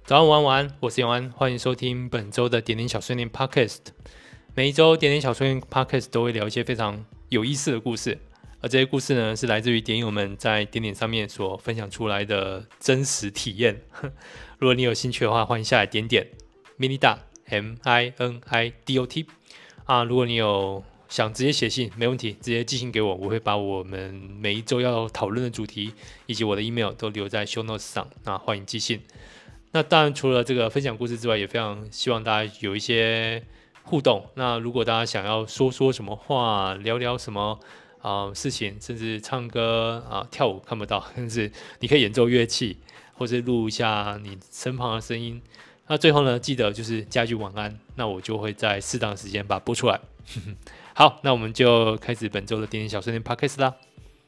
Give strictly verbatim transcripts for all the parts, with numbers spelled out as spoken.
早安，午安，晚安，我是永安，欢迎收听本周的点点小碎念 Podcast。每一周点点小碎念 Podcast 都会聊一些非常有意思的故事，而这些故事呢，是来自于点友们在点点上面所分享出来的真实体验。如果你有兴趣的话，欢迎下来点点 Minidot M I N I D O T 啊。如果你有想直接写信，没问题，直接寄信给我，我会把我们每一周要讨论的主题以及我的 email 都留在 show notes 上啊，欢迎寄信。那当然，除了这个分享故事之外，也非常希望大家有一些互动。那如果大家想要说说什么话，聊聊什么啊、呃、事情，甚至唱歌啊、呃、跳舞看不到，甚至你可以演奏乐器，或是录一下你身旁的声音。那最后呢，记得就是加句晚安，那我就会在适当的时间把它播出来。好，那我们就开始本周的点点小碎念 Podcast 啦。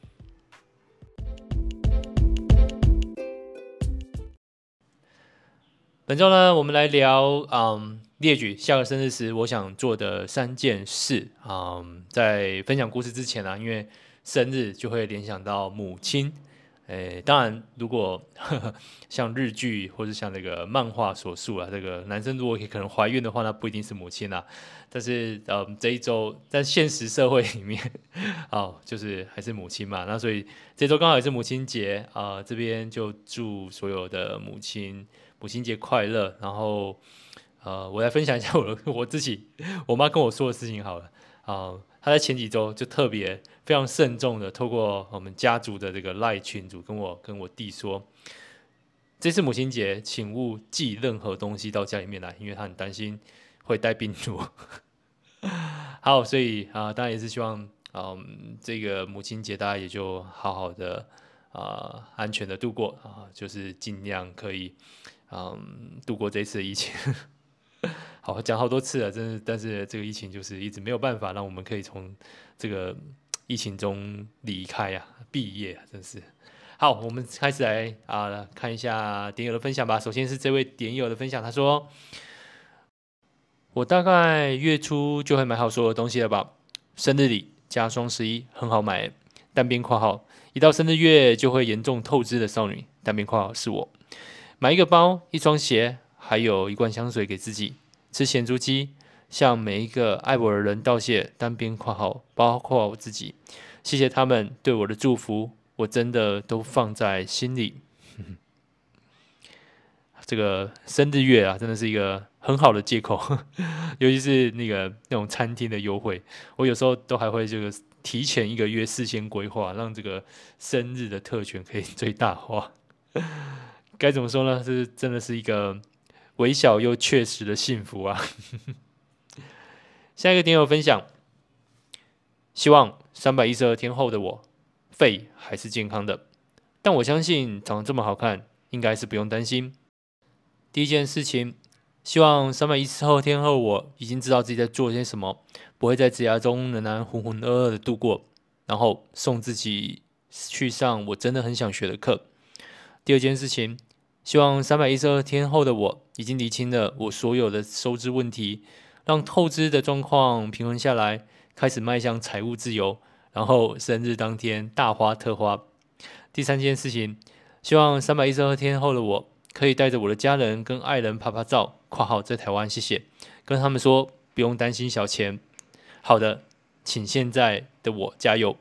本周呢，我们来聊，嗯，列举下个生日时我想做的三件事。嗯，在分享故事之前啊，因为生日就会联想到母亲。诶，当然，如果呵呵像日剧或者像那个漫画所述啊，这个男生如果可能怀孕的话，那不一定是母亲啦。但是，嗯，这一周在现实社会里面，哦，就是还是母亲嘛。那所以这周刚好也是母亲节啊、呃，这边就祝所有的母亲母亲节快乐。然后，呃，我来分享一下我的我自己，我妈跟我说的事情好了啊、呃。她在前几周就特别非常慎重的透过我们家族的这个 LINE 群组跟我跟我弟说，这次母亲节请勿寄任何东西到家里面来，因为她很担心会带病毒。好，所以啊、呃，当然也是希望，嗯，这个母亲节大家也就好好的啊、呃，安全的度过啊、呃，就是尽量可以，嗯，度过这一次的疫情。好，讲好多次了，真是，但是这个疫情就是一直没有办法让我们可以从这个疫情中离开呀、啊，毕业啊，真是。好，我们开始来啊、呃、看一下点友的分享吧。首先是这位点友的分享，他说：“我大概月初就会买好所有东西了吧？生日礼加双十一很好买，单边括号一到生日月就会严重透支的少女，单边括号是我。买一个包，一双鞋，还有一罐香水给自己。吃咸猪鸡，向每一个爱我的人道谢，单边括号包括我自己，谢谢他们对我的祝福，我真的都放在心里。”这个生日月啊，真的是一个很好的借口，尤其是那个那种餐厅的优惠，我有时候都还会这个提前一个月事先规划，让这个生日的特权可以最大化。该怎么说呢？这真的是一个微小又确实的幸福啊！下一个点友分享，希望三百一十二天后的我，肺还是健康的，但我相信长得这么好看，应该是不用担心。第一件事情，希望三百一十二天后我已经知道自己在做些什么，不会在职涯中仍然浑浑噩噩的度过，然后送自己去上我真的很想学的课。第二件事情，希望三百一十二天后的我已经理清了我所有的收支问题，让透支的状况平衡下来，开始迈向财务自由，然后生日当天大花特花。第三件事情，希望三百一十二天后的我可以带着我的家人跟爱人拍拍照（括号在台湾，谢谢），跟他们说不用担心小钱。好的，请现在的我加油。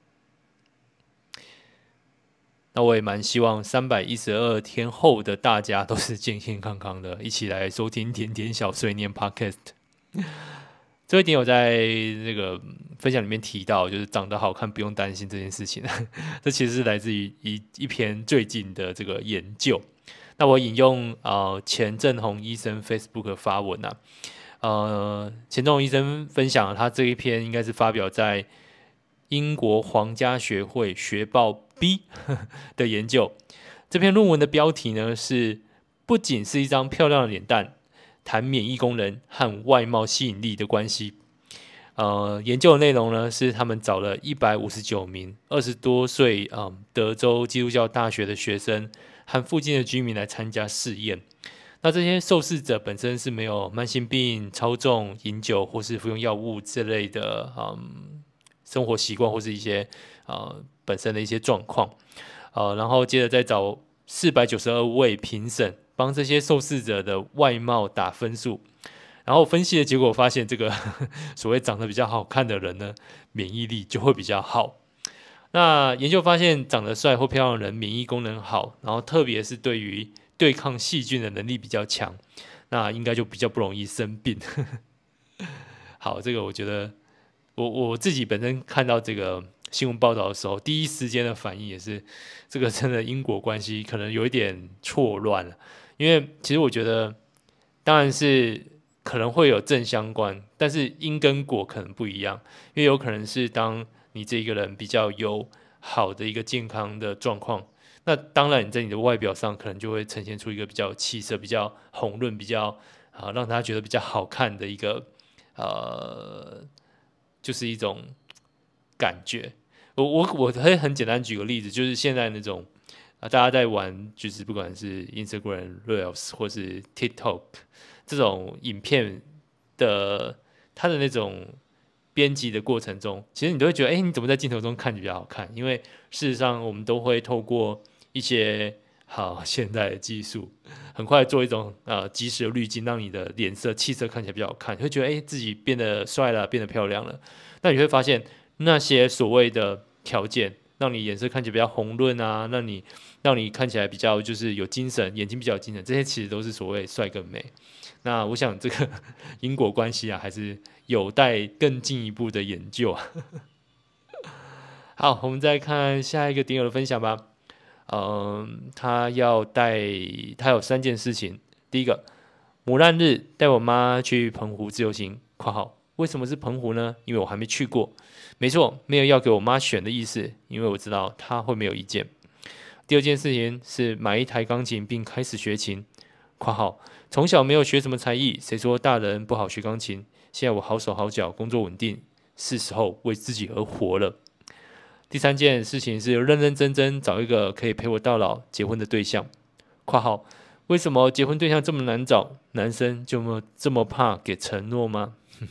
那我也蛮希望三百一十二天后的大家都是健健康康的，一起来收听点点小碎念 Podcast。这位点友在这个分享里面提到，就是长得好看不用担心这件事情，这其实是来自于一一篇最近的这个研究。那我引用呃钱正宏医生 Facebook 发文啊，呃钱正宏医生分享他这一篇应该是发表在英国皇家学会学报 B 的研究。这篇论文的标题呢是不仅是一张漂亮的脸蛋，谈免疫功能和外貌吸引力的关系。呃，研究的内容呢是他们找了一百五十九名二十多岁，嗯，德州基督教大学的学生和附近的居民来参加试验。那这些受试者本身是没有慢性病、超重、饮酒或是服用药物这类的，嗯，生活习惯或是一些呃本身的一些状况。呃，然后接着再找四百九十二位评审帮这些受试者的外貌打分数，然后分析的结果发现，这个所谓长得比较好看的人呢，免疫力就会比较好。那研究发现，长得帅或漂亮的人免疫功能好，然后特别是对于对抗细菌的能力比较强，那应该就比较不容易生病。好，这个我觉得我我自己本身看到这个新闻报道的时候，第一时间的反应也是，这个真的因果关系可能有一点错乱了。因为其实我觉得，当然是可能会有正相关，但是因跟果可能不一样，因为有可能是当你这一个人比较有好的一个健康的状况，那当然你在你的外表上可能就会呈现出一个比较有气色、比较红润、比较啊让他觉得比较好看的一个呃，就是一种感觉。我我我可以很简单举个例子，就是现在那种啊，大家在玩，就是不管是 Instagram Reels 或是 TikTok 这种影片的，它的那种编辑的过程中，其实你都会觉得，哎，你怎么在镜头中看着比较好看？因为事实上，我们都会透过一些好现代的技术，很快做一种呃即时的滤镜，让你的脸色、气色看起来比较好看，你会觉得，哎，自己变得帅了，变得漂亮了。那你会发现，那些所谓的条件，让你颜色看起来比较红润啊，让你让你看起来比较就是有精神，眼睛比较有精神，这些其实都是所谓帅跟美。那我想这个因果关系啊，还是有待更进一步的研究啊。好，我们再看下一个点友的分享吧。嗯，他要带他有三件事情。第一个，母难日带我妈去澎湖自由行（括号为什么是澎湖呢？因为我还没去过。没错，没有要给我妈选的意思，因为我知道她会没有意见。第二件事情是买一台钢琴并开始学琴（括号从小没有学什么才艺，谁说大人不好学钢琴？现在我好手好脚，工作稳定，是时候为自己而活了。第三件事情是认认真真找一个可以陪我到老、结婚的对象（括号为什么结婚对象这么难找？男生就么这么怕给承诺吗？）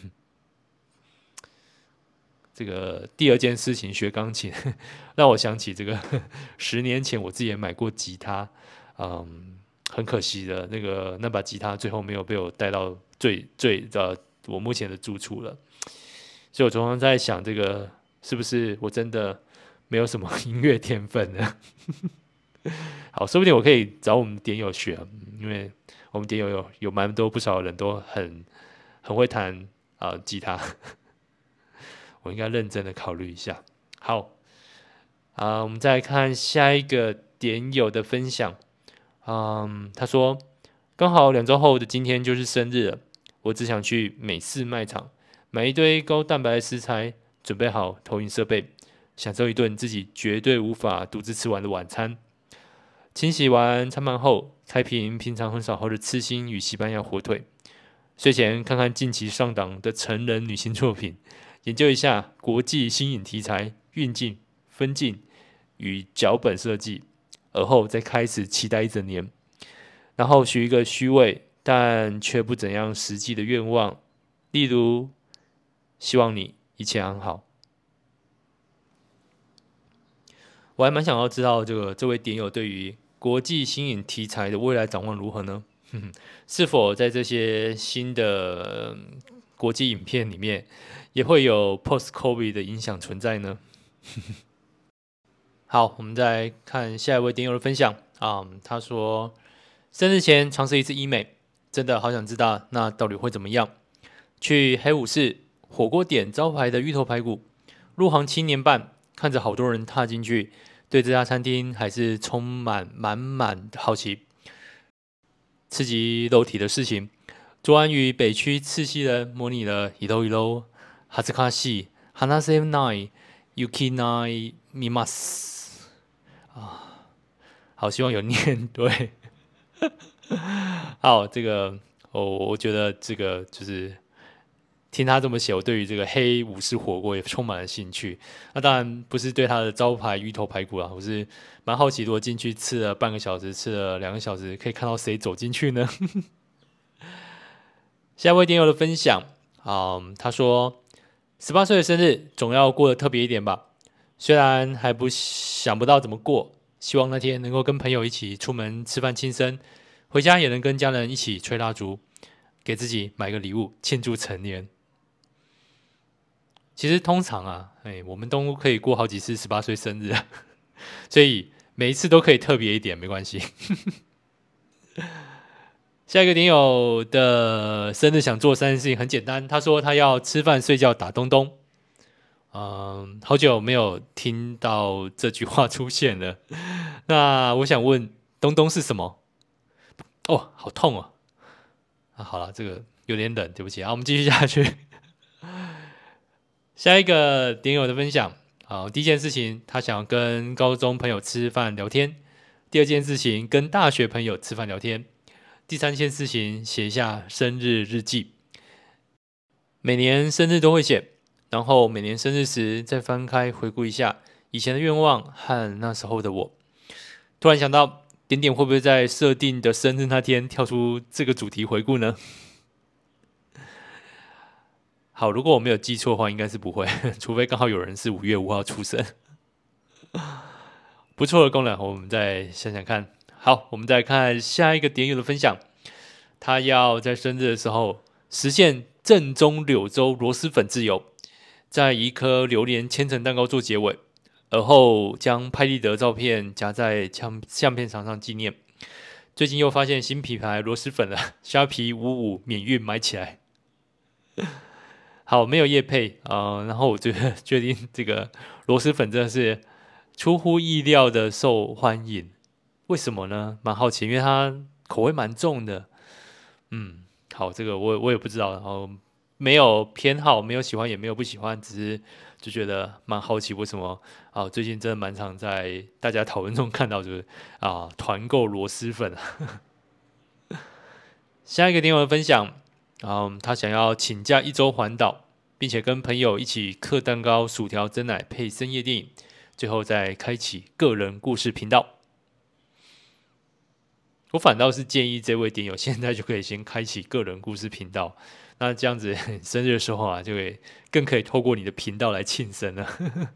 这个第二件事情学钢琴，让我想起这个十年前我自己也买过吉他，嗯，很可惜的，那个那把吉他最后没有被我带到最最呃我目前的住处了，所以我常常在想，这个是不是我真的没有什么音乐天分呢？好，说不定我可以找我们点友学，因为我们点友有有蛮多不少人都很很会弹啊、呃、吉他。我应该认真的考虑一下。好，啊、我们再来看下一个点友的分享。嗯，他说，刚好两周后的今天就是生日了，我只想去美式卖场买一堆高蛋白的食材，准备好投影设备，享受一顿自己绝对无法独自吃完的晚餐。清洗完餐盘后，开瓶平常很少喝的刺青与西班牙火腿。睡前看看近期上档的成人女性作品。研究一下国际新颖题材、运镜、分镜与脚本设计，而后再开始期待一整年，然后许一个虚伪但却不怎样实际的愿望，例如希望你一切安好。我还蛮想要知道这个这位点友对于国际新颖题材的未来展望如何呢？是否在这些新的、呃、国际影片里面也会有 post-COVID 的影响存在呢？好，我们再来看下一位点友的分享啊、嗯，他说生日前尝试一次医美，真的好想知道那到底会怎么样。去黑武士火锅店招牌的芋头排骨，入行七年半，看着好多人踏进去，对这家餐厅还是充满满满的好奇。刺激肉体的事情，卓安与北区赤西人模拟了一楼一楼哈兹卡西哈纳塞奈 Yuki Nai Mimas 啊，好希望有念对。好，这个哦，我觉得这个就是听他这么写，我对于这个黑武士火锅也充满了兴趣。那当然不是对他的招牌鱼头排骨啦，我是蛮好奇，如果进去吃了半个小时，吃了两个小时，可以看到谁走进去呢？下一位点友的分享，嗯，他说十八岁的生日总要过得特别一点吧，虽然还不想不到怎么过， 希望那天能够跟朋友一起出门吃饭庆生，回家也能跟家人一起吹蜡烛，给自己买个礼物庆祝成年。其实通常啊，哎，我们都可以过好几次十八岁生日，所以每一次都可以特别一点，没关系。下一个点友的生日想做三件事情很简单，他说他要吃饭、睡觉、打东东。嗯，好久没有听到这句话出现了。那我想问，东东是什么？哦，好痛哦！啊，好了，这个有点冷，对不起啊，我们继续下去。下一个点友的分享，好，第一件事情，他想跟高中朋友吃饭聊天；第二件事情，跟大学朋友吃饭聊天；第三件事情，写下生日日记。每年生日都会写，然后每年生日时再翻开回顾一下以前的愿望和那时候的我。突然想到，点点会不会在设定的生日那天跳出这个主题回顾呢？好，如果我没有记错的话，应该是不会，除非刚好有人是五月五号出生。不错的功能，我们再想想看。好，我们再看下一个点友的分享，他要在生日的时候实现正宗柳州螺蛳粉自由，在一颗榴莲千层蛋糕做结尾，而后将拍立得照片夹在相相片墙上纪念。最近又发现新品牌螺蛳粉了，虾皮五五免运买起来。好，没有业配啊、呃，然后我就决定这个螺蛳粉真的是出乎意料的受欢迎，为什么呢？蛮好奇，因为它口味蛮重的。嗯，好，这个我我也不知道，然后没有偏好，没有喜欢，也没有不喜欢，只是就觉得蛮好奇，为什么啊？最近真的蛮常在大家讨论中看到，就是啊团购螺蛳粉啊。下一个点友分享，嗯，他想要请假一周环岛，并且跟朋友一起嗑蛋糕、薯条、蒸奶配深夜电影，最后再开启个人故事频道。我反倒是建议这位点友现在就可以先开启个人故事频道，那这样子生日的时候啊，就会更可以透过你的频道来庆生了。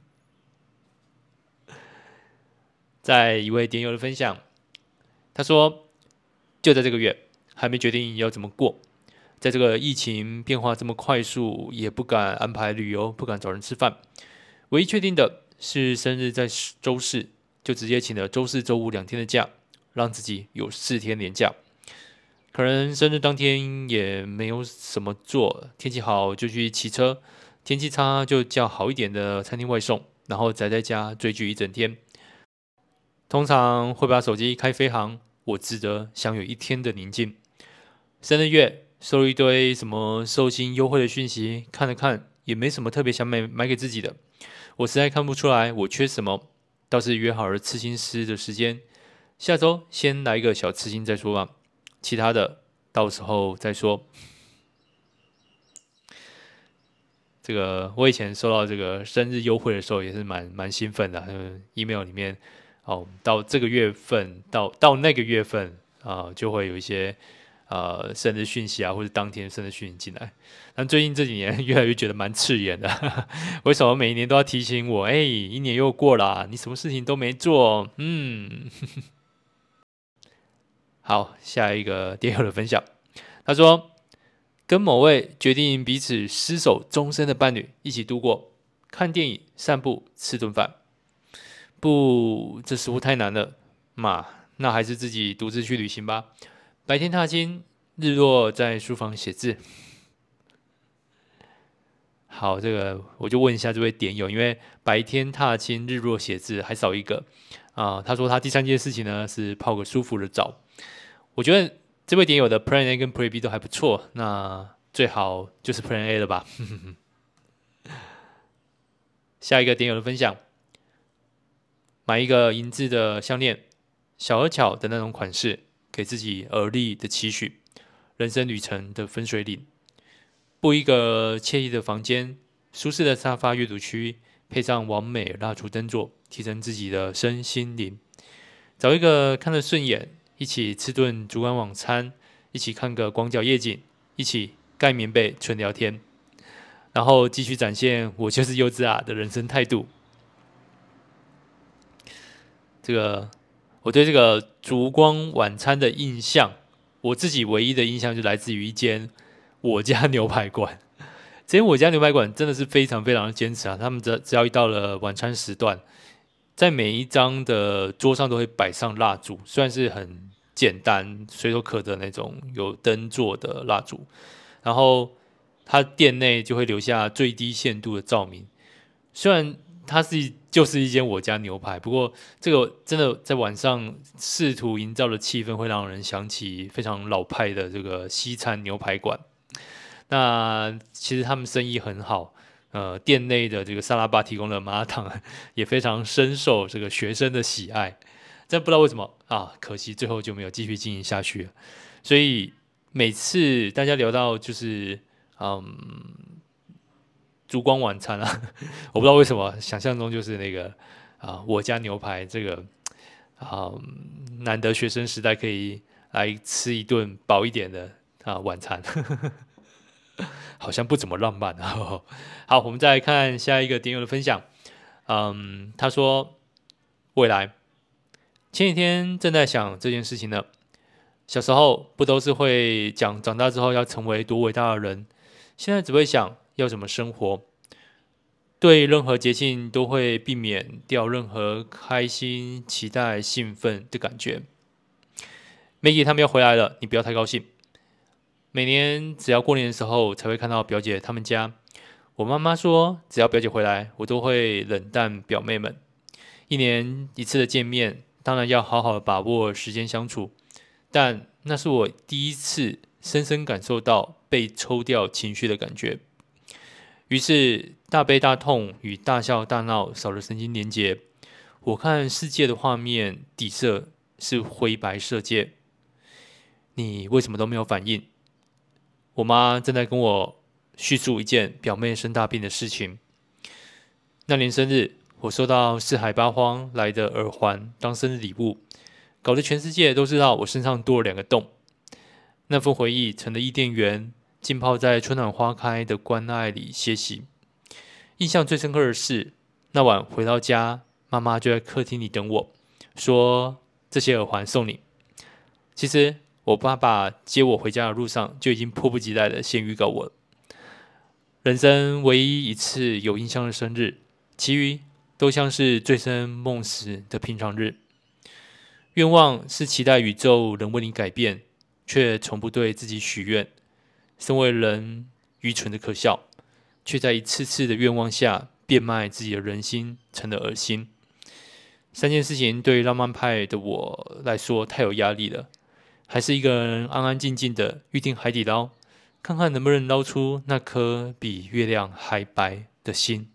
在一位点友的分享，他说：“就在这个月，还没决定要怎么过。在这个疫情变化这么快速，也不敢安排旅游，不敢找人吃饭。唯一确定的是，生日在周四，就直接请了周四、周五两天的假，让自己有四天连假。可能生日当天也没有什么做，天气好就去骑车，天气差就叫好一点的餐厅外送，然后宅在家追剧一整天。通常会把手机开飞行，我值得享有一天的宁静。生日月收了一堆什么寿星优惠的讯息，看了看也没什么特别想买买给自己的，我实在看不出来我缺什么。倒是约好了刺青师的时间，下周先来一个小刺青再说吧，其他的到时候再说。这个我以前收到这个生日优惠的时候也是蛮蛮兴奋的，嗯，email 里面哦，到这个月份到到那个月份啊、呃就会有一些呃生日讯息啊，或者当天生日讯息进来。但最近这几年越来越觉得蛮刺眼的，为什么每一年都要提醒我？哎，一年又过了，你什么事情都没做？嗯，好，下一个点友的分享，他说跟某位决定彼此厮守终身的伴侣一起度过，看电影、散步、吃顿饭。不，这似乎太难了嘛，那还是自己独自去旅行吧。白天踏青，日落在书房写字。好，这个我就问一下这位点友，因为白天踏青，日落写字还少一个啊、他说他第三件事情呢是泡个舒服的澡。我觉得这位点友的 Plan A 跟 Plan B 都还不错，那最好就是 Plan A 了吧。下一个点友的分享，买一个银质的项链，小而巧的那种款式，给自己而立的期许，人生旅程的分水岭。布一个惬意的房间，舒适的沙发阅读区，配上完美蜡烛灯座，提升自己的身心灵。找一个看得顺眼，一起吃顿烛光晚餐，一起看个广角夜景，一起盖棉被纯聊天，然后继续展现我就是幼稚啊的人生态度。 这个我对这个烛光晚餐的印象，我自己唯一的印象就来自于一间我家牛排馆。这间我家牛排馆真的是非常非常的坚持啊！他们只只要一到了晚餐时段，在每一张的桌上都会摆上蜡烛，虽然是很简单、随手可得那种有灯座的蜡烛，然后它店内就会留下最低限度的照明。虽然它是就是一间我家牛排，不过这个真的在晚上试图营造的气氛，会让人想起非常老派的这个西餐牛排馆。那其实他们生意很好，呃，店内的这个沙拉吧提供的麻辣烫也非常深受这个学生的喜爱。但不知道为什么啊，可惜最后就没有继续经营下去了。所以每次大家聊到就是嗯烛光晚餐啊，我不知道为什么想象中就是那个啊我家牛排这个啊难得学生时代可以来吃一顿饱一点的啊晚餐。好像不怎么浪漫啊。好，我们再来看下一个点友的分享。嗯，他说未来前几天正在想这件事情呢。小时候不都是会讲长大之后要成为多伟大的人，现在只会想要怎么生活。对任何节庆都会避免掉任何开心、期待、兴奋的感觉。Maggie 他们要回来了，你不要太高兴。每年只要过年的时候才会看到表姐他们家。我妈妈说，只要表姐回来，我都会冷淡表妹们。一年一次的见面，当然要好好的把握时间相处。但那是我第一次深深感受到被抽掉情绪的感觉。于是大悲大痛与大笑大闹少了神经连结。我看世界的画面底色是灰白色阶。你为什么都没有反应？我妈正在跟我叙述一件表妹生大病的事情。那年生日，我收到四海八荒来的耳环当生日礼物，搞得全世界都知道我身上多了两个洞。那份回忆成了伊甸园，浸泡在春暖花开的关爱里歇息。印象最深刻的是，那晚回到家，妈妈就在客厅里等我，说这些耳环送你。其实我爸爸接我回家的路上就已经迫不及待的先预告我了。人生唯一一次有印象的生日，其余都像是醉生梦死的平常日。愿望是期待宇宙能为你改变，却从不对自己许愿。身为人，愚蠢的可笑，却在一次次的愿望下变卖自己的人心，成了恶心。三件事情对于浪漫派的我来说太有压力了。还是一个人安安静静的预定海底捞，看看能不能捞出那颗比月亮还白的心。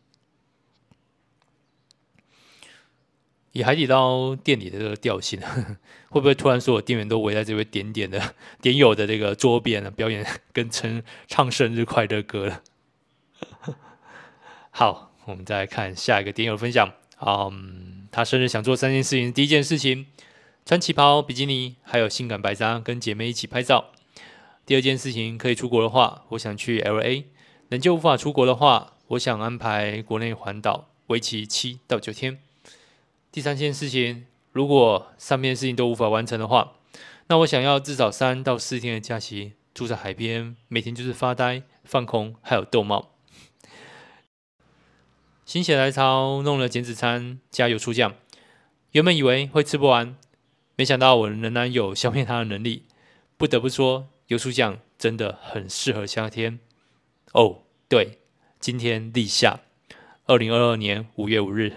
以海底捞店里的这个调性，会不会突然所有店员都围在这位点点的点友的这个桌边呢，表演跟唱唱生日快乐歌了？好，我们再来看下一个点友分享。嗯，他生日想做三件事情，第一件事情，穿旗袍、比基尼，还有性感白纱，跟姐妹一起拍照。第二件事情，可以出国的话，我想去 L A； 仍旧无法出国的话，我想安排国内环岛，为期七到九天。第三件事情，如果上面的事情都无法完成的话，那我想要至少三到四天的假期，住在海边，每天就是发呆、放空，还有逗猫。心血来潮弄了减脂餐，加油醋酱，原本以为会吃不完。没想到我仍然有消灭它的能力，不得不说，油醋酱真的很适合夏天。哦，对，今天立夏，二零二二年五月五日。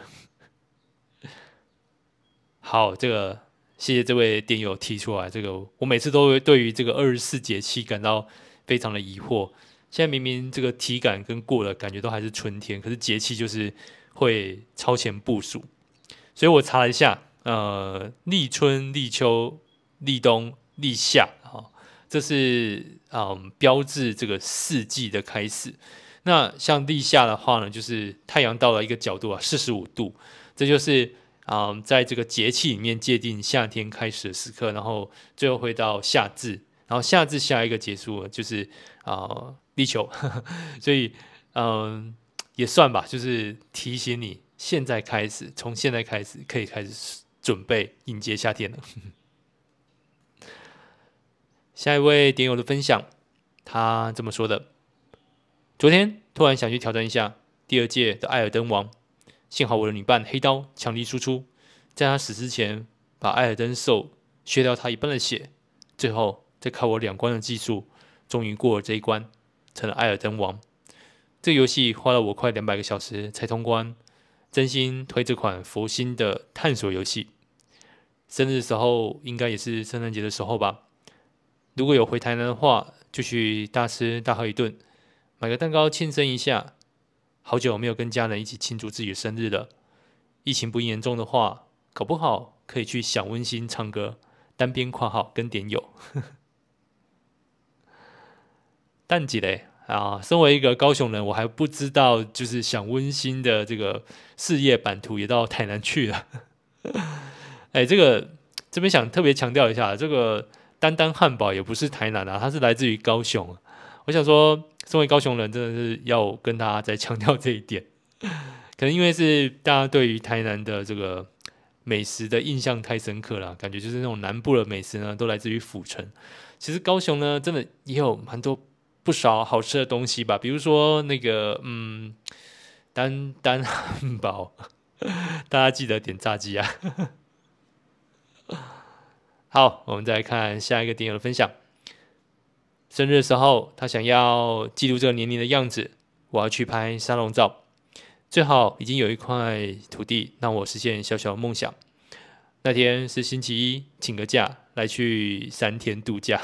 好，这个谢谢这位电友提出来，这个我每次都会对于这个二十四节气感到非常的疑惑。现在明明这个体感跟过了，感觉都还是春天，可是节气就是会超前部署，所以我查了一下。呃，立春、立秋、立冬、立夏，哦、这是嗯标志这个四季的开始。那像立夏的话呢，就是太阳到了一个角度啊，四十五度，这就是嗯在这个节气里面界定夏天开始的时刻，然后最后会到夏至，然后夏至下一个结束就是啊、呃、立秋，所以嗯也算吧，就是提醒你现在开始，从现在开始可以开始准备迎接夏天了。下一位点友的分享，他这么说的：昨天突然想去挑战一下第二届的艾尔登王，幸好我的女伴黑刀强力输出，在他死之前把艾尔登兽削掉他一半的血，最后再靠我两关的技术，终于过了这一关，成了艾尔登王。这个游戏花了我快两百个小时才通关，真心推这款佛心的探索游戏。生日的时候应该也是圣诞节的时候吧。如果有回台南的话，就去大吃大喝一顿，买个蛋糕庆生一下。好久没有跟家人一起庆祝自己的生日了。疫情不严重的话，搞不好可以去享温馨唱歌，单边括号跟点友。但几嘞啊，身为一个高雄人，我还不知道，就是享温馨的这个事业版图也到台南去了。哎，这个这边想特别强调一下，这个丹丹汉堡也不是台南啊，它是来自于高雄。我想说，身为高雄人，真的是要跟大家再强调这一点。可能因为是大家对于台南的这个美食的印象太深刻了，感觉就是那种南部的美食呢，都来自于府城。其实高雄呢，真的也有蛮多不少好吃的东西吧，比如说那个嗯，丹丹汉堡，大家记得点炸鸡啊。好，我们再来看下一个点友的分享。生日的时候，他想要记录这个年龄的样子，我要去拍沙龙照，最好已经有一块土地让我实现小小的梦想。那天是星期一，请个假来去三天度假。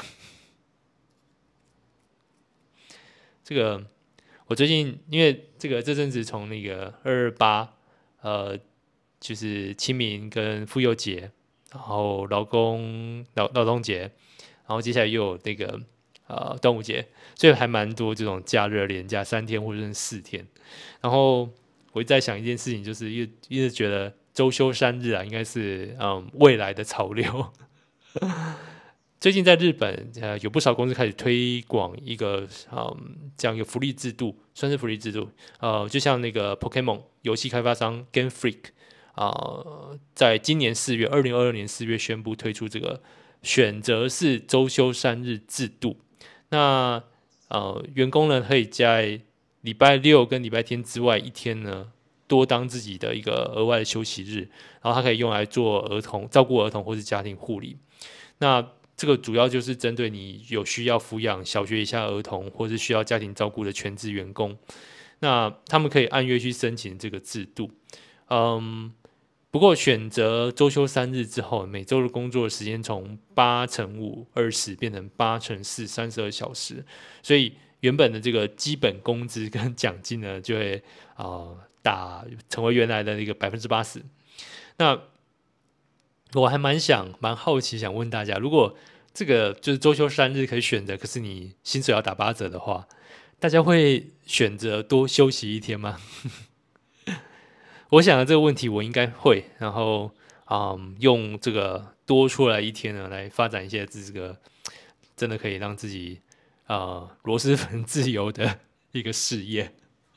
这个我最近因为这个这阵子从那个二二八，呃，就是清明跟妇幼节，然后劳工劳劳动节，然后接下来又有那个呃端午节，所以还蛮多这种假日连假三天或者是四天。然后我一直在想一件事情，就是一一直觉得周休三日啊，应该是嗯未来的潮流。最近在日本，呃，有不少公司开始推广一个嗯这样一个福利制度，算是福利制度。呃，就像那个 Pokemon 游戏开发商 Game Freak 啊、呃，在今年四月，二零二二年四月宣布推出这个选择式周休三日制度。那呃，员工呢可以在礼拜六跟礼拜天之外一天呢，多当自己的一个额外的休息日，然后它可以用来做儿童照顾儿童或是家庭护理。那这个主要就是针对你有需要抚养小学以下儿童，或是需要家庭照顾的全职员工，那他们可以按月去申请这个制度。嗯，不过选择周休三日之后，每周的工作时间从八乘五二十变成八乘四三十二小时，所以原本的这个基本工资跟奖金呢，就会啊、呃、打成为原来的那个百分之八十。那我还蛮想蛮好奇，想问大家，如果这个就是周休三日可以选择，可是你薪水要打八折的话，大家会选择多休息一天吗？我想的这个问题，我应该会，然后嗯，用这个多出来一天呢，来发展一些这个真的可以让自己呃螺蛳粉自由的一个事业。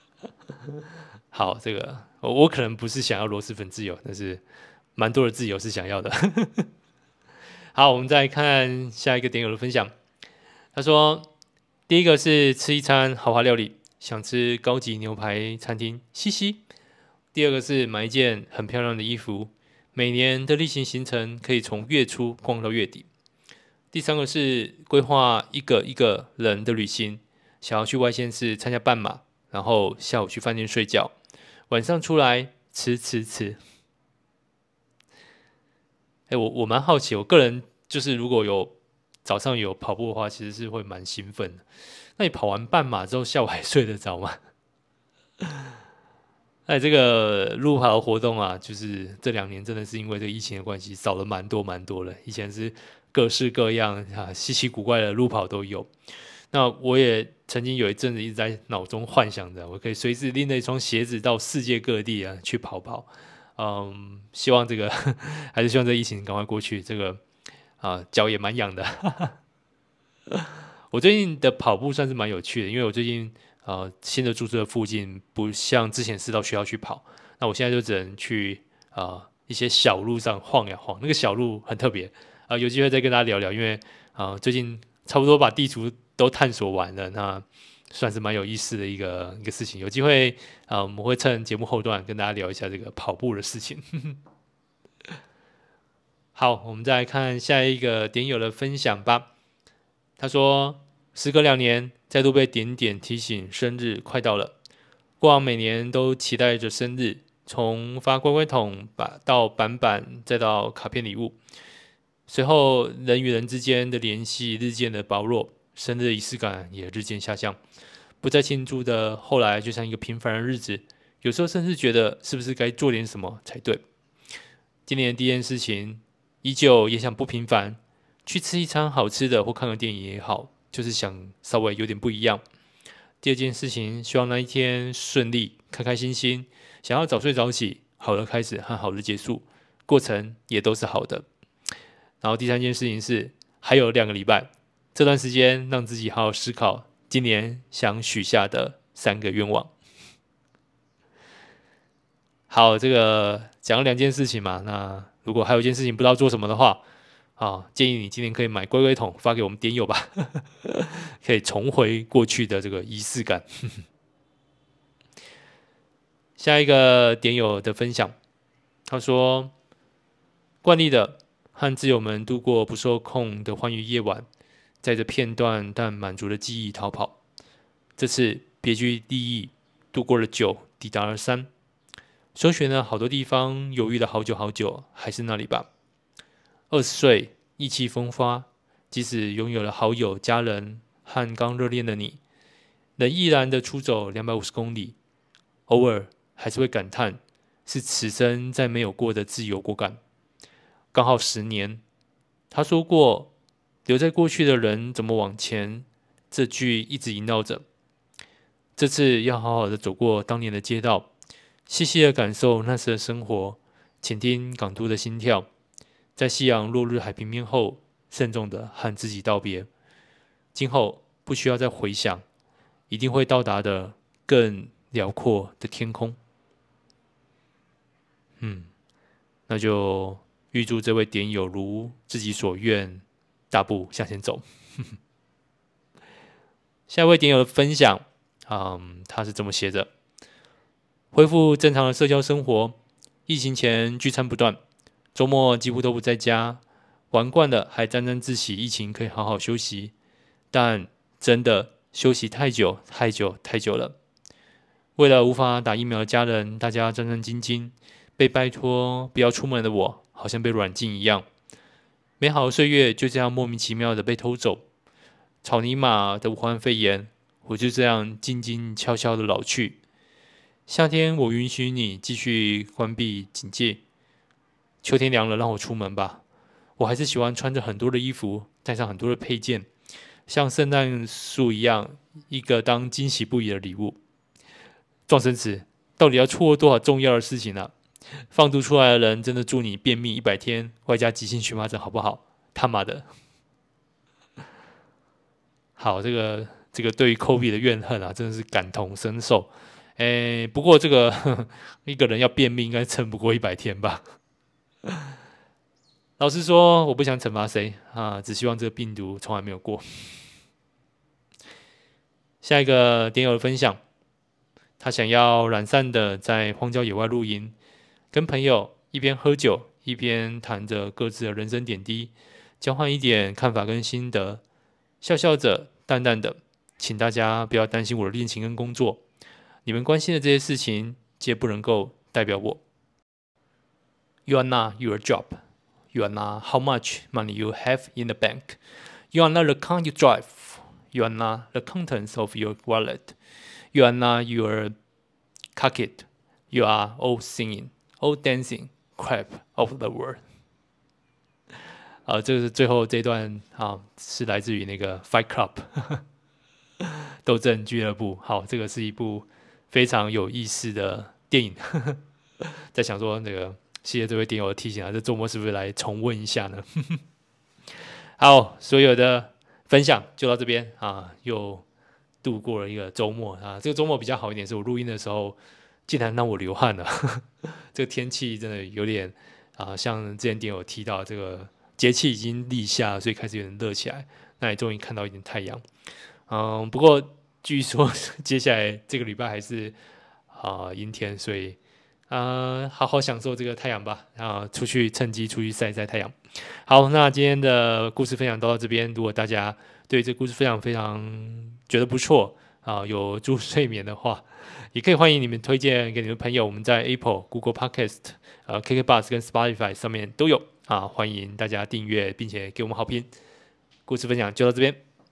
好，这个我我可能不是想要螺蛳粉自由，但是蛮多的自由是想要的。好，我们再看下一个点友的分享。他说，第一个是吃一餐豪华料理，想吃高级牛排餐厅，嘻嘻。第二个是买一件很漂亮的衣服，每年的例行行程可以从月初逛到月底。第三个是规划一个一个人的旅行，想要去外县市参加半马，然后下午去饭店睡觉，晚上出来吃吃吃。哎，我我蛮好奇，我个人就是如果有早上有跑步的话，其实是会蛮兴奋的。那你跑完半马之后，下午还睡得着吗？哎，这个路跑活动啊，就是这两年真的是因为这个疫情的关系，少了蛮多蛮多了。以前是各式各样啊稀奇古怪的路跑都有。那我也曾经有一阵子一直在脑中幻想着，我可以随时拎着一双鞋子到世界各地啊去跑跑。嗯，希望这个还是希望这个疫情赶快过去。这个啊脚也蛮痒的。我最近的跑步算是蛮有趣的，因为我最近呃新的住宿的附近不像之前是到学校去跑，那我现在就只能去呃一些小路上晃呀晃，那个小路很特别啊、呃有机会再跟大家聊聊，因为啊、呃最近差不多把地图都探索完了，那算是蛮有意思的一个一个事情。有机会啊、呃我们会趁节目后段跟大家聊一下这个跑步的事情。好，我们再来看下一个点友的分享吧。他说，时隔两年，再度被点点提醒生日快到了。过往每年都期待着生日，从发乖乖桶把到板板，再到卡片礼物。随后，人与人之间的联系日渐的薄弱，生日仪式感也日渐下降。不再庆祝的后来，就像一个平凡的日子。有时候甚至觉得，是不是该做点什么才对？今年的第一件事情，依旧也想不平凡，去吃一餐好吃的，或看个电影也好，就是想稍微有点不一样。第二件事情，希望那一天顺利，开开心心，想要早睡早起，好的开始和好的结束，过程也都是好的。然后第三件事情是，还有两个礼拜，这段时间让自己好好思考今年想许下的三个愿望。好，这个讲了两件事情嘛，那如果还有一件事情不知道做什么的话，啊，建议你今年可以买龟龟桶发给我们点友吧，可以重回过去的这个仪式感。下一个点友的分享，他说，惯例的和挚友们度过不受控的欢愉夜晚，在这片段但满足的记忆逃跑。这次别具意义，度过了九，抵达了三。搜寻了好多地方，犹豫了好久好久，还是那里吧。二十岁，意气风发，即使拥有了好友、家人和刚热恋的你，能毅然的出走两百五十公里，偶尔还是会感叹，是此生再没有过的自由果敢。刚好十年，他说过，留在过去的人怎么往前？这句一直萦绕着。这次要好好的走过当年的街道。细细的感受那时的生活，倾听港都的心跳，在夕阳落日海平面后，慎重的和自己道别。今后不需要再回想，一定会到达的更辽阔的天空。嗯，那就预祝这位点友如自己所愿，大步向前走。下一位点友的分享，嗯，他是这么写着。恢复正常的社交生活，疫情前聚餐不断，周末几乎都不在家，玩惯了还沾沾自喜，疫情可以好好休息，但真的休息太久太久太久了。为了无法打疫苗的家人，大家战战兢兢，被拜托不要出门的我，好像被软禁一样。美好的岁月就这样莫名其妙的被偷走，草泥马的武汉肺炎，我就这样静静悄悄的老去。夏天，我允许你继续关闭警戒。秋天凉了，让我出门吧。我还是喜欢穿着很多的衣服，带上很多的配件，像圣诞树一样，一个当惊喜不已的礼物。撞生词，到底要错过多少重要的事情呢、啊？放毒出来的人真的祝你便秘一百天，外加急性荨麻疹，好不好？他妈的！好，这个这个对于 COVID 的怨恨啊，真的是感同身受。诶，不过这个呵呵一个人要便秘，应该撑不过一百天吧？老实说，我不想惩罚谁啊，只希望这个病毒从来没有过。下一个点友的分享，他想要懒散的在荒郊野外露营，跟朋友一边喝酒一边谈着各自的人生点滴，交换一点看法跟心得，笑笑着，淡淡的，请大家不要担心我的恋情跟工作。你们关心的这些事情，皆不能够代表我。You are not your job. You are not how much money you have in the bank. You are not the car you drive. You are not the contents of your wallet. You are not your pocket. You are all singing, all dancing, crap of the world. 啊，这个是最后这段啊，是来自于那个 Fight Club 斗阵俱乐部。好，这个是一部非常有意思的电影，在想说那个谢谢这位点友的提醒啊，这周末是不是来重温一下呢？好，所有的分享就到这边啊，又度过了一个周末啊。这个周末比较好一点，是我录音的时候竟然让我流汗了，这个天气真的有点啊、像之前点有提到，这个节气已经立夏了，所以开始有点热起来，那也终于看到一点太阳。嗯，不过据说接下来这个礼拜还是啊、阴天，所以啊、好好享受这个太阳吧，啊、出去趁机出去晒晒太阳。好，那今天的故事分享都到这边。如果大家对这个故事分享非常觉得不错啊、有助睡眠的话，也可以欢迎你们推荐给你们朋友。我们在 Apple、Google Podcast、呃 K K Bus 跟 Spotify 上面都有啊，欢迎大家订阅，并且给我们好评。故事分享就到这边。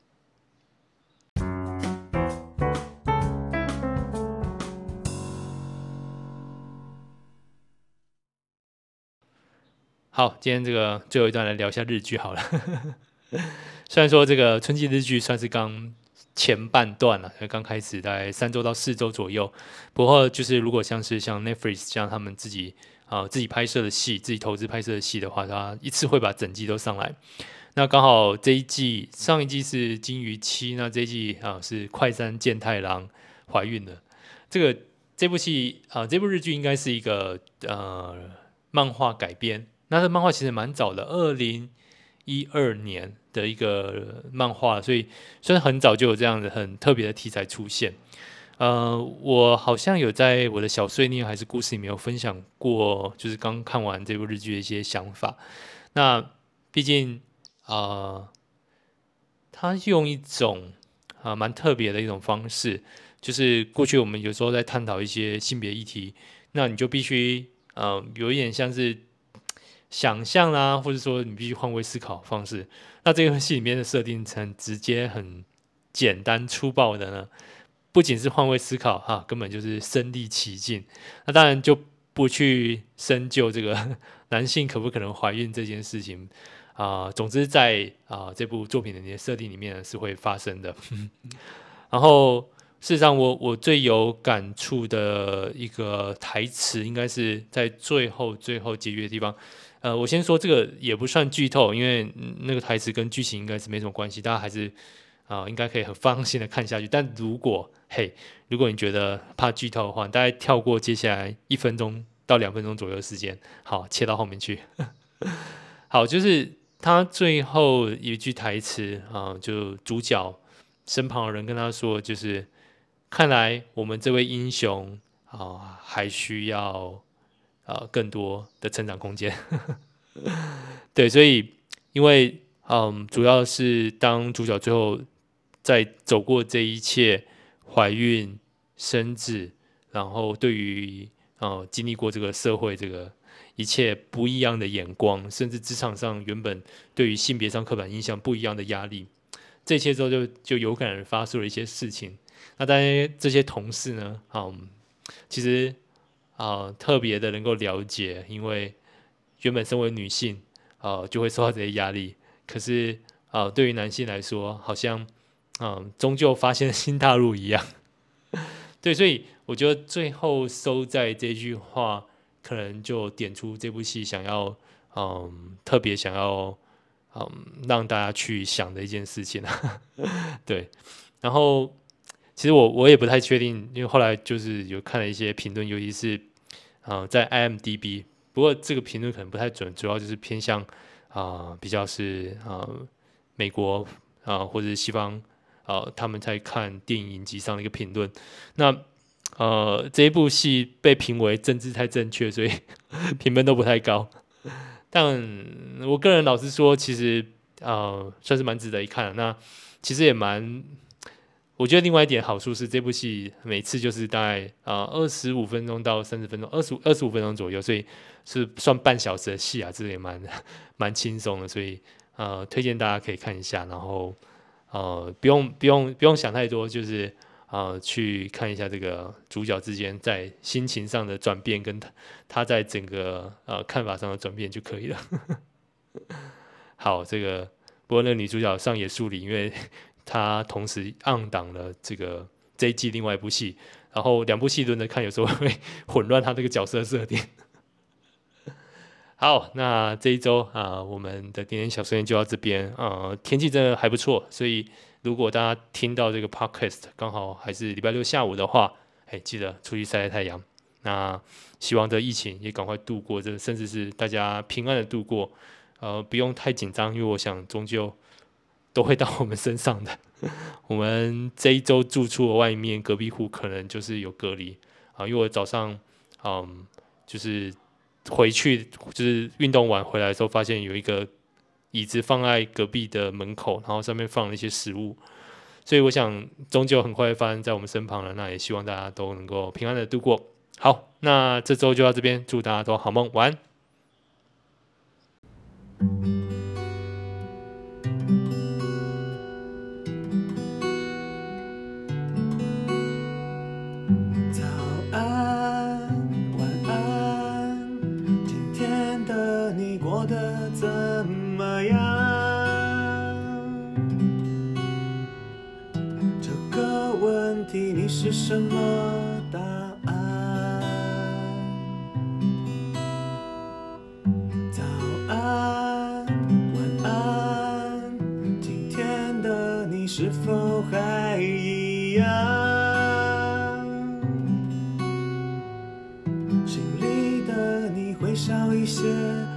好，今天这个最后一段来聊一下日剧好了。虽然说这个春季日剧算是刚前半段了，刚开始大概三周到四周左右。不过就是如果像是像 Netflix 这样他们自己啊、呃自己拍摄的戏，自己投资拍摄的戏的话，它一次会把整季都上来。那刚好这一季上一季是金鱼期，那这一季啊、是快山健太郎怀孕了。这个这部戏啊、这部日剧应该是一个呃漫画改编。那这漫画其实蛮早的，二零一二年的一个漫画，所以虽然很早就有这样的很特别的题材出现。呃，我好像有在我的小碎念还是故事里面有分享过，就是刚看完这部日剧的一些想法。那毕竟啊、呃，他用一种啊蛮、特别的一种方式，就是过去我们有时候在探讨一些性别议题，那你就必须呃有一点像是想象啦，或者说你必须换位思考的方式。那这个游戏里面的设定很直接、很简单粗暴的呢，不仅是换位思考哈，根本就是身临其境。那当然就不去深究这个男性可不可能怀孕这件事情啊、总之在啊、这部作品的设定里面是会发生的。然后事实上我，我最有感触的一个台词，应该是在最后最后结局的地方。呃，我先说这个也不算剧透，因为、嗯那个台词跟剧情应该是没什么关系，大家还是啊、应该可以很放心的看下去。但如果嘿，如果你觉得怕剧透的话，大概跳过接下来一分钟到两分钟左右的时间，好，切到后面去。好，就是他最后一句台词啊、就主角身旁的人跟他说，就是看来我们这位英雄啊、还需要呃更多的成长空间。对，所以因为嗯，主要是当主角最后在走过这一切，怀孕、生子，然后对于呃经历过这个社会这个一切不一样的眼光，甚至职场上原本对于性别上刻板印象不一样的压力，这些之后就就有感而发生了一些事情。那当然这些同事呢，嗯，其实啊、呃特别的能够了解，因为原本身为女性，呃就会受到这些压力，可是啊、呃对于男性来说，好像嗯、呃终究发现新大陆一样。对，所以我觉得最后收在这句话，可能就点出这部戏想要嗯特别想要嗯让大家去想的一件事情啊。对，然后其实我我也不太确定，因为后来就是有看了一些评论，尤其是呃在 I M D B，不过这个评论可能不太准，主要就是偏向啊、呃比较是呃美国啊、呃或者是西方呃他们在看电影影集上的一个评论。那呃这一部戏被评为政治太正确，所以评分都不太高。但我个人老实说，其实呃算是蛮值得一看的。那其实也蛮我觉得另外一点好处是，这部戏每次就是大概啊二十五分钟到三十分钟，二十二十五分钟左右，所以是算半小时的戏啊，这个也蛮蛮轻松的，所以呃推荐大家可以看一下，然后呃不用不用不用想太多，就是呃去看一下这个主角之间在心情上的转变，跟他他在整个呃看法上的转变就可以了。好，这个不过那个女主角上野树里，因为她同时暗档了这个这一季另外一部戏，然后两部戏轮着看，有时候会混乱她这个角色设定。好，那这一周啊、我们的点点小实验就到这边啊、呃天气真的还不错，所以如果大家听到这个 podcast 刚好还是礼拜六下午的话，哎，记得出去晒晒太阳。 那希望这疫情也赶快度过，这甚至是大家平安的度过，呃，不用太紧张，因为我想终究都会到我们身上的。我们这一周住处的外面隔壁户可能就是有隔离啊，因为我早上嗯就是回去就是运动完回来的时候，发现有一个椅子放在隔壁的门口，然后上面放了一些食物，所以我想终究很快会发生在我们身旁了。那也希望大家都能够平安的度过。好，那这周就到这边，祝大家都好梦，晚安。 早安，晚安，今天的你过得怎么样？这个问题你是什么答案？早安，晚安，今天的你是否还一样？心里的你会少一些